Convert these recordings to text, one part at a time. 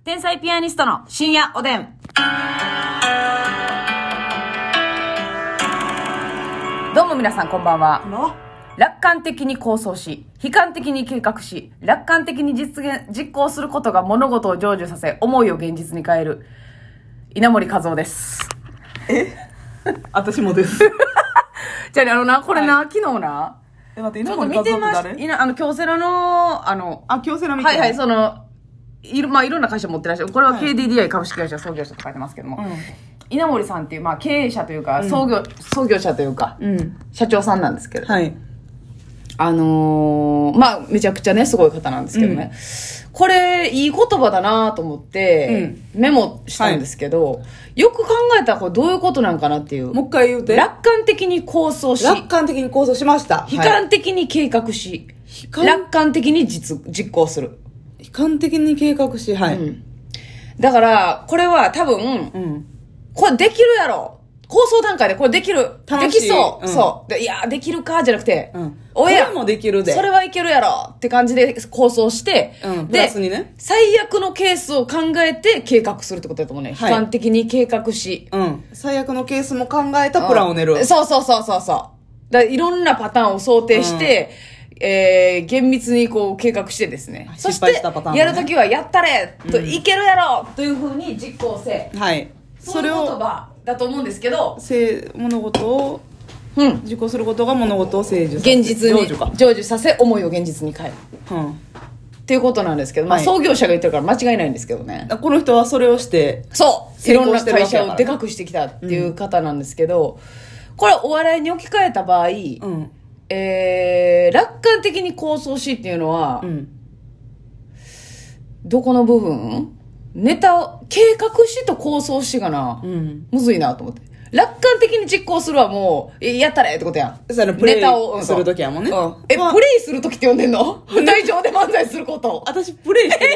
天才ピアニストの深夜おでん。どうも皆さんこんばんは。楽観的に構想し、悲観的に計画し、楽観的に実行することが物事を成就させ、思いを現実に変える稲森和夫です。 私もです。 じゃあね、これな、昨日な、 待って、 ちょっと見てました。京セラの、 京セラ見て。 はいはい、いろんな会社持ってらっしゃる。これは KDDI 株式会社創業者と書いてますけども、稲森さんっていう、経営者というか、創業者というか、社長さんなんですけど、はい。めちゃくちゃね、すごい方なんですけどね。これ、いい言葉だなと思って、メモしたんですけど、よく考えたらこれどういうことなんかなっていう。 もう一回言うて。 楽観的に構想し。 楽観的に構想しました。 悲観的に計画し。楽観的に実行する。 悲観的に計画し、はい。 だから、これは多分、これできるやろ。構想段階でこれできる。できそう。そう。いや、できるか、じゃなくて、 これもできるで。 それはいけるやろって感じで構想して、 プラスにね。 最悪のケースを考えて計画するってことだと思うね。悲観的に計画し。 最悪のケースも考えたプランを練る。 そう。だいろんなパターンを想定して、厳密にこう計画してですね。そして、やるときはやったれと、いけるやろというふうに実行せ。 はい。 そういう言葉だと思うんですけど、 物事を実行することが物事を成就させ現実に成就させ、思いを現実に変える、っていうことなんですけど、創業者が言ってるから間違いないんですけどね。 この人はそれをして、 いろんな会社をでかくしてきたっていう方なんですけど、これはお笑いに置き換えた場合、楽観的に構想しっていうのは、どこの部分？ネタを計画しと構想しがな、むずいなと思って。楽観的に実行するはもうやったれってことやん。 ネタをするときはもんね。 プレイするときって呼んでんの？舞台上で漫才することを。 私プレイしてる。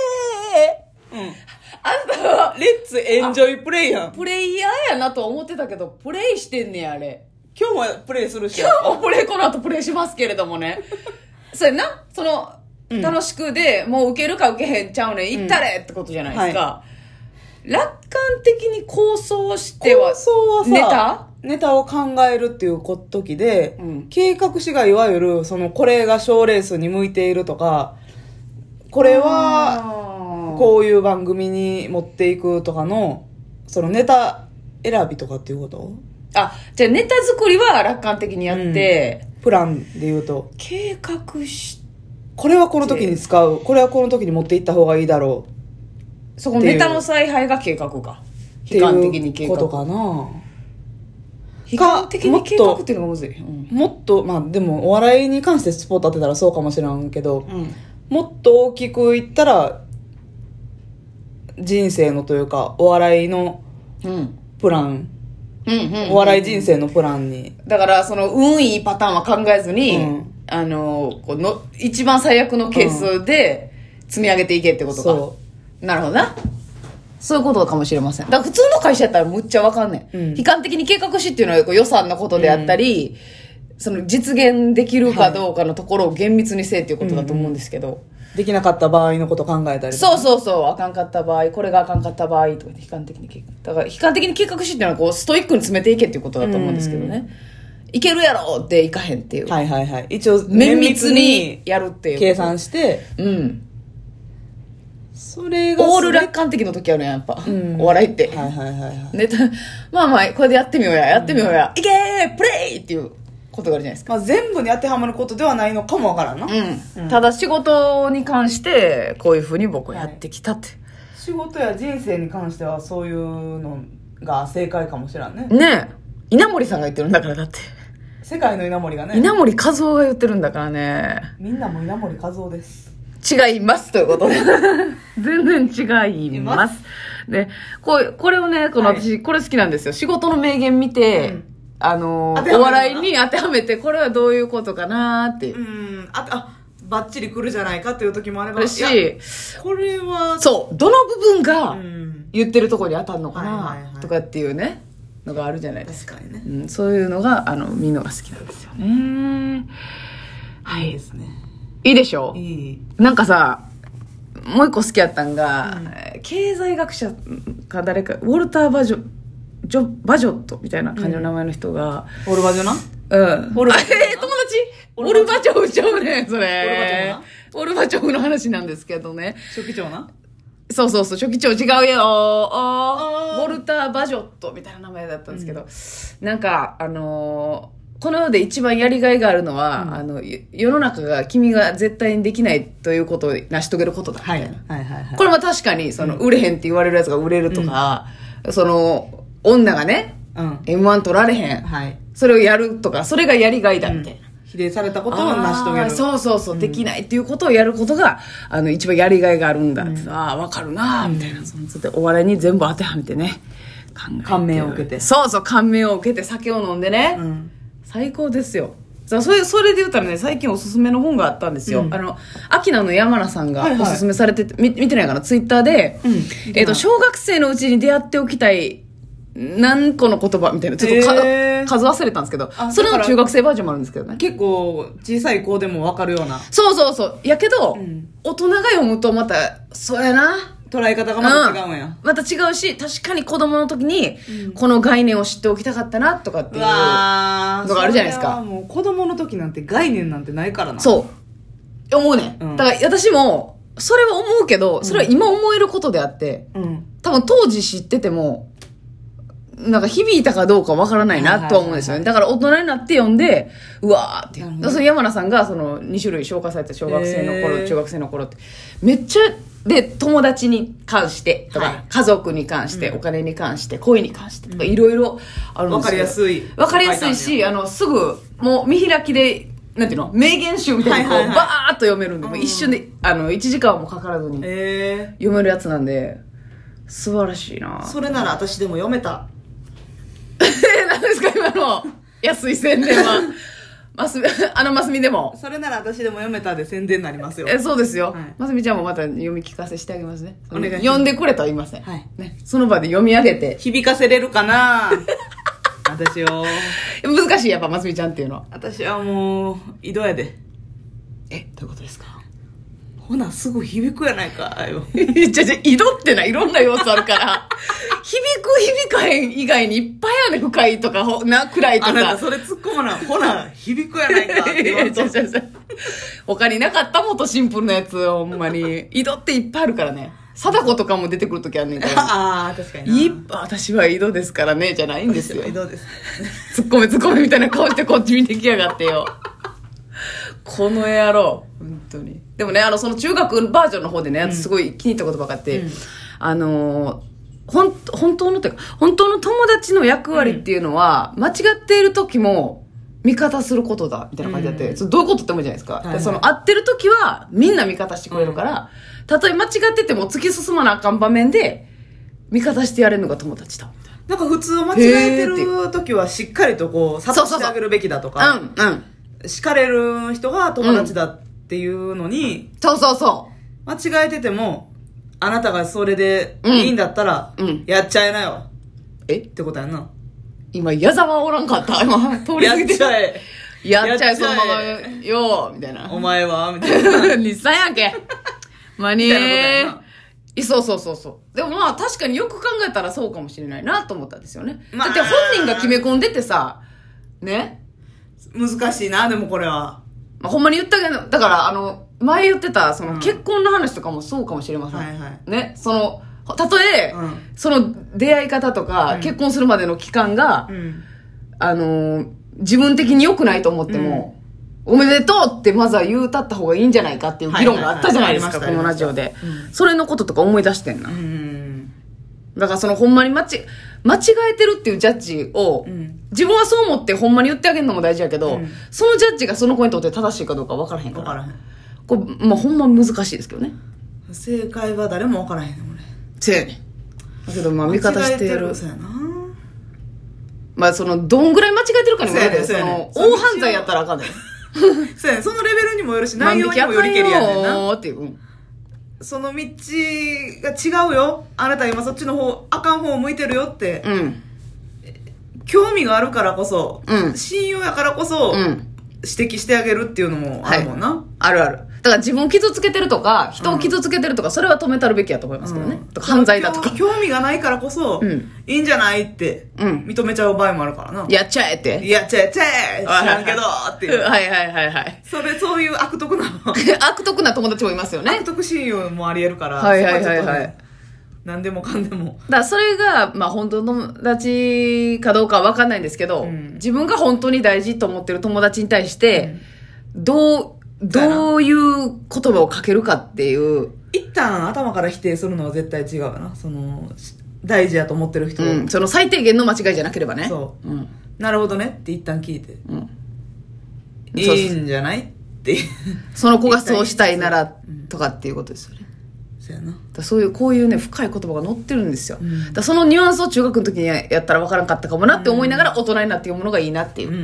あんたはレッツエンジョイプレイやん。 プレイヤーやなと思ってたけど、プレイしてんねや、あれ。 今日もプレイするし。 今日もこの後プレイしますけれどもね。それな、楽しくで、もう受けるか受けへんちゃうねん、行ったれってことじゃないですか。楽観的に構想しては、 構想はネタを考えるっていう時で、計画しがいわゆる、これが賞レースに向いているとか、これは、こういう番組に持っていくとかの、ネタ選びとかっていうこと？ じゃあネタ作りは楽観的にやって、 プランで言うと。 計画して、 これはこの時に使う。これはこの時に持っていった方がいいだろう。そこネタの采配が計画か。悲観的に計画。 ことかな。 悲観的に計画っていうのがむずい。 もっと、でもお笑いに関してスポット当てたらそうかもしれんけど、もっと大きく言ったら、人生のというか、お笑いのプラン。お笑い人生のプランに。 だから、運いいパターンは考えずに、一番最悪のケースで積み上げていけってことか。なるほどな。そういうことかもしれません。だから普通の会社やったらむっちゃわかんねん。悲観的に計画しっていうのは予算のことであったり、実現できるかどうかのところを厳密にせえっていうことだと思うんですけど。 できなかった場合のこと考えたりとか。 そう。あかんかった場合、これがあかんかった場合とか悲観的に計画。だから悲観的に計画しっていうのはストイックに詰めていけっていうことだと思うんですけどね。いけるやろっていかへんっていう。 はい。一応、綿密にやるっていう。 計算して。それが。 オール楽観的の時あるやん、やっぱ。お笑いって。ネタ、これでやってみようや。いけープレイっていうことがあるじゃないですか。 全部に当てはまることではないのかもわからんな。 ただ仕事に関して、こういうふうに僕はやってきたって。 仕事や人生に関してはそういうのが正解かもしれんね。 ねえ。稲森さんが言ってるんだからだって。 世界の稲森がね。 稲森和夫が言ってるんだからね。 みんなも稲森和夫です。 違いますということで。全然違います。で、これをね、私、これ好きなんですよ。仕事の名言見て、お笑いに当てはめて、これはどういうことかなっていう。 バッチリ来るじゃないかっていう時もあれば。 し、 これは、 どの部分が言ってるところに当たるのかなとかっていうね。のがあるじゃないですか。 確かにね。 そういうのが見るのが好きなんですよね。はい。 いいですね。 いいでしょ？ いい。 なんかさ、 もう一個好きやったんが、経済学者か誰か、ウォルター・バジョットみたいな感じの名前の人が、 ウォルバジョな。 友達ウォルバチョフちゃうねそれ。ウォルバチョフの話なんですけどね。 書記長な。 そう、書記長違うよウォルター・バジョットみたいな名前だったんですけど、なんかこの世で一番やりがいがあるのは、世の中が君が絶対にできないということを成し遂げることだみたいな。これも確かに売れへんって言われるやつが売れるとか、女がね、M1 取られへん、それをやるとか、それがやりがいだみたいな。 否定されたことを成し遂げる。 そう、できないっていうことをやることが一番やりがいがあるんだって、分かるなみたいな、お笑いに全部当てはめてね、 感銘を受けて、 感銘を受けて酒を飲んでね、最高ですよ。それで言ったらね、最近おすすめの本があったんですよ。アキナの山名さんがおすすめされてて、見てないかな、ツイッターで、小学生のうちに出会っておきたい何個の言葉みたいな、ちょっと数忘れたんですけど、それの中学生バージョンもあるんですけどね。 結構小さい子でも分かるような。 そうやけど、大人が読むとまたそうやな、 捉え方がまた違うんや、 また違うし、確かに子供の時にこの概念を知っておきたかったなとかっていうのがあるじゃないですか。 もう子供の時なんて概念なんてないからな。 そう思うね、だから私もそれは思うけど、それは今思えることであって、多分当時知っててもなんか響いたかどうかわからないなと思うんですよね。だから大人になって読んで、うわーって。その山名さんがその2種類紹介された小学生の頃、中学生の頃って、めっちゃ、で、友達に関してとか、家族に関して、お金に関して、恋に関してとか、いろいろあるんですよ。 わかりやすい。 わかりやすいし、すぐ、もう見開きで、なんていうの、名言集みたいにこう、バーっと読めるんで、もう一瞬で、1時間もかからずに、読めるやつなんで、素晴らしいな。 それなら私でも読めた。 何ですか今の安い宣伝は。マスミでも。 それなら私でも読めたで宣伝になりますよ。 そうですよ。マスミちゃんもまた読み聞かせしてあげますね。お願いします。読んでくれとは言いません。ね。その場で読み上げて。 響かせれるかな私を。 難しい、やっぱマスミちゃんっていうのは。 私はもう、井戸やで。 どういうことですか？ ほな、すぐ響くやないか。 井戸っていろんな要素あるから、響かへん以外にいっぱいあるね、深いとか、暗いとか。 あなたそれ突っ込まな。ほな、響くやないかって言わんと。 他になかったもっとシンプルなやつ、ほんまに。井戸っていっぱいあるからね。貞子とかも出てくるときあんねんから。 ああ、確かにな。 私は井戸ですからね、じゃないんですよ。 井戸です。 突っ込めみたいな顔してこっち見てきやがってよ。この野郎、本当に。でもね、その中学バージョンの方でね、すごい気に入った言葉があって、本当の友達の役割っていうのは、間違っている時も味方することだみたいな感じであって、どういうことって思うじゃないですか。合ってる時はみんな味方してくれるから、たとえ間違ってても突き進まなあかん場面で味方してやれるのが友達だみたいな。 なんか普通間違えてる時はしっかりとこう諭してあげるべきだとか、叱れる人が友達だっていうのに、間違えててもあなたがそれでいいんだったら、やっちゃえなよってことやんな。 今矢沢おらんかった。今通り過ぎてやっちゃえそのままよみたいな。 お前はみたいな。 日産やんけマニー。そうでもまあ確かによく考えたらそうかもしれないなと思ったんですよね。だって本人が決め込んでてさね、 難しいな。でもこれはほんまに言ったけど、だから前言ってたその結婚の話とかもそうかもしれません、ね。たとえ、その出会い方とか、結婚するまでの期間が、自分的に良くないと思っても、おめでとうってまずは言うたった方がいいんじゃないかっていう議論があったじゃないですか、このラジオで、それのこととか思い出してんな。だからほんまに間違えてるっていうジャッジを、自分はそう思ってほんまに言ってあげるのも大事やけど、そのジャッジがその子にとって正しいかどうか分からへんから。これ、ほんま難しいですけどね。 正解は誰も分からへんねん、俺。 せやねん。だけど味方してる。 そうやな。 どんぐらい間違えてるかにもよるで、大犯罪やったらあかんねん。 そうやねん。そのレベルにもよるし、内容にもよりけりやねんな。 っていう。 その道が違うよ。あなた今そっちの方、あかん方を向いてるよって。興味があるからこそ、親友やからこそ、指摘してあげるっていうのもあるもんな。 あるある。 だから自分を傷つけてるとか、人を傷つけてるとか、それは止めたるべきやと思いますけどね。とか犯罪だとか。 興味がないからこそ、いいんじゃないって、認めちゃう場合もあるからな。 やっちゃえって。 やっちゃえ知らんけどっていう。 はいはいはいはい。 そういう悪徳な。 悪徳な友達もいますよね。 悪徳親友もあり得るから。 はいはいはいはい。 何でもかんでも。 だからそれが、まあ本当の友達かどうかは分かんないんですけど、自分が本当に大事と思ってる友達に対して、どういう言葉をかけるかっていう。 一旦頭から否定するのは絶対違うよな。大事やと思ってる人、 その最低限の間違いじゃなければね。 そう。なるほどねって一旦聞いて。いいんじゃないってその子がそうしたいなら、とかっていうことですよね。 そうやな。 こういうね、深い言葉が載ってるんですよ。だそのニュアンスを中学の時にやったら分からんかったかもなって思いながら大人になって読むのがいいなっていう。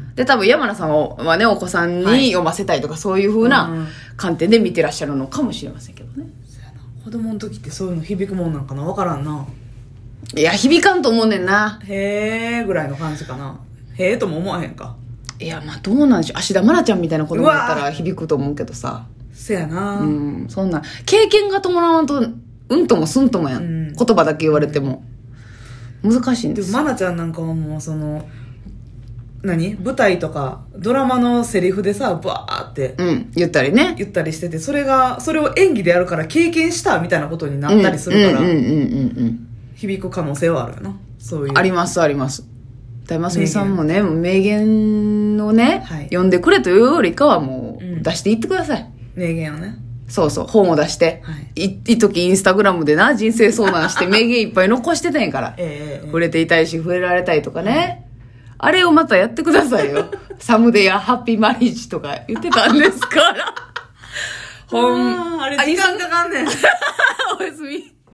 で、多分山名さんはね、お子さんに読ませたいとか、そういう風な観点で見てらっしゃるのかもしれませんけどね。 そうやな。子供の時ってそういうの響くもんなんかな、分からんな。 いや、響かんと思うねんな。 へーぐらいの感じかな。へーとも思わへんか。 いや、まあどうなんでしょう。芦田愛菜ちゃんみたいな子供だったら響くと思うけどさ。 せやな。 そんな経験が伴わんとうんともすんともやん、言葉だけ言われても難しいんです。 でも愛菜ちゃんなんかはもう舞台とかドラマのセリフでさバーって、 言ったりね言ったりしてて、それを演技でやるから経験したみたいなことになったりするから響く可能性はあるよな。そういうありますあります。大ますみさんもね名言をね、読んでくれというよりかはもう出していってください。 名言をね。 そうそう、本を出して。一時インスタグラムでな、人生相談して名言いっぱい残してたんやから。触れていたいし、触れられたいとかね。あれをまたやってくださいよ。サムデイやハッピーマリッジとか言ってたんですから。 あれ時間かかんねん。 おやすみ。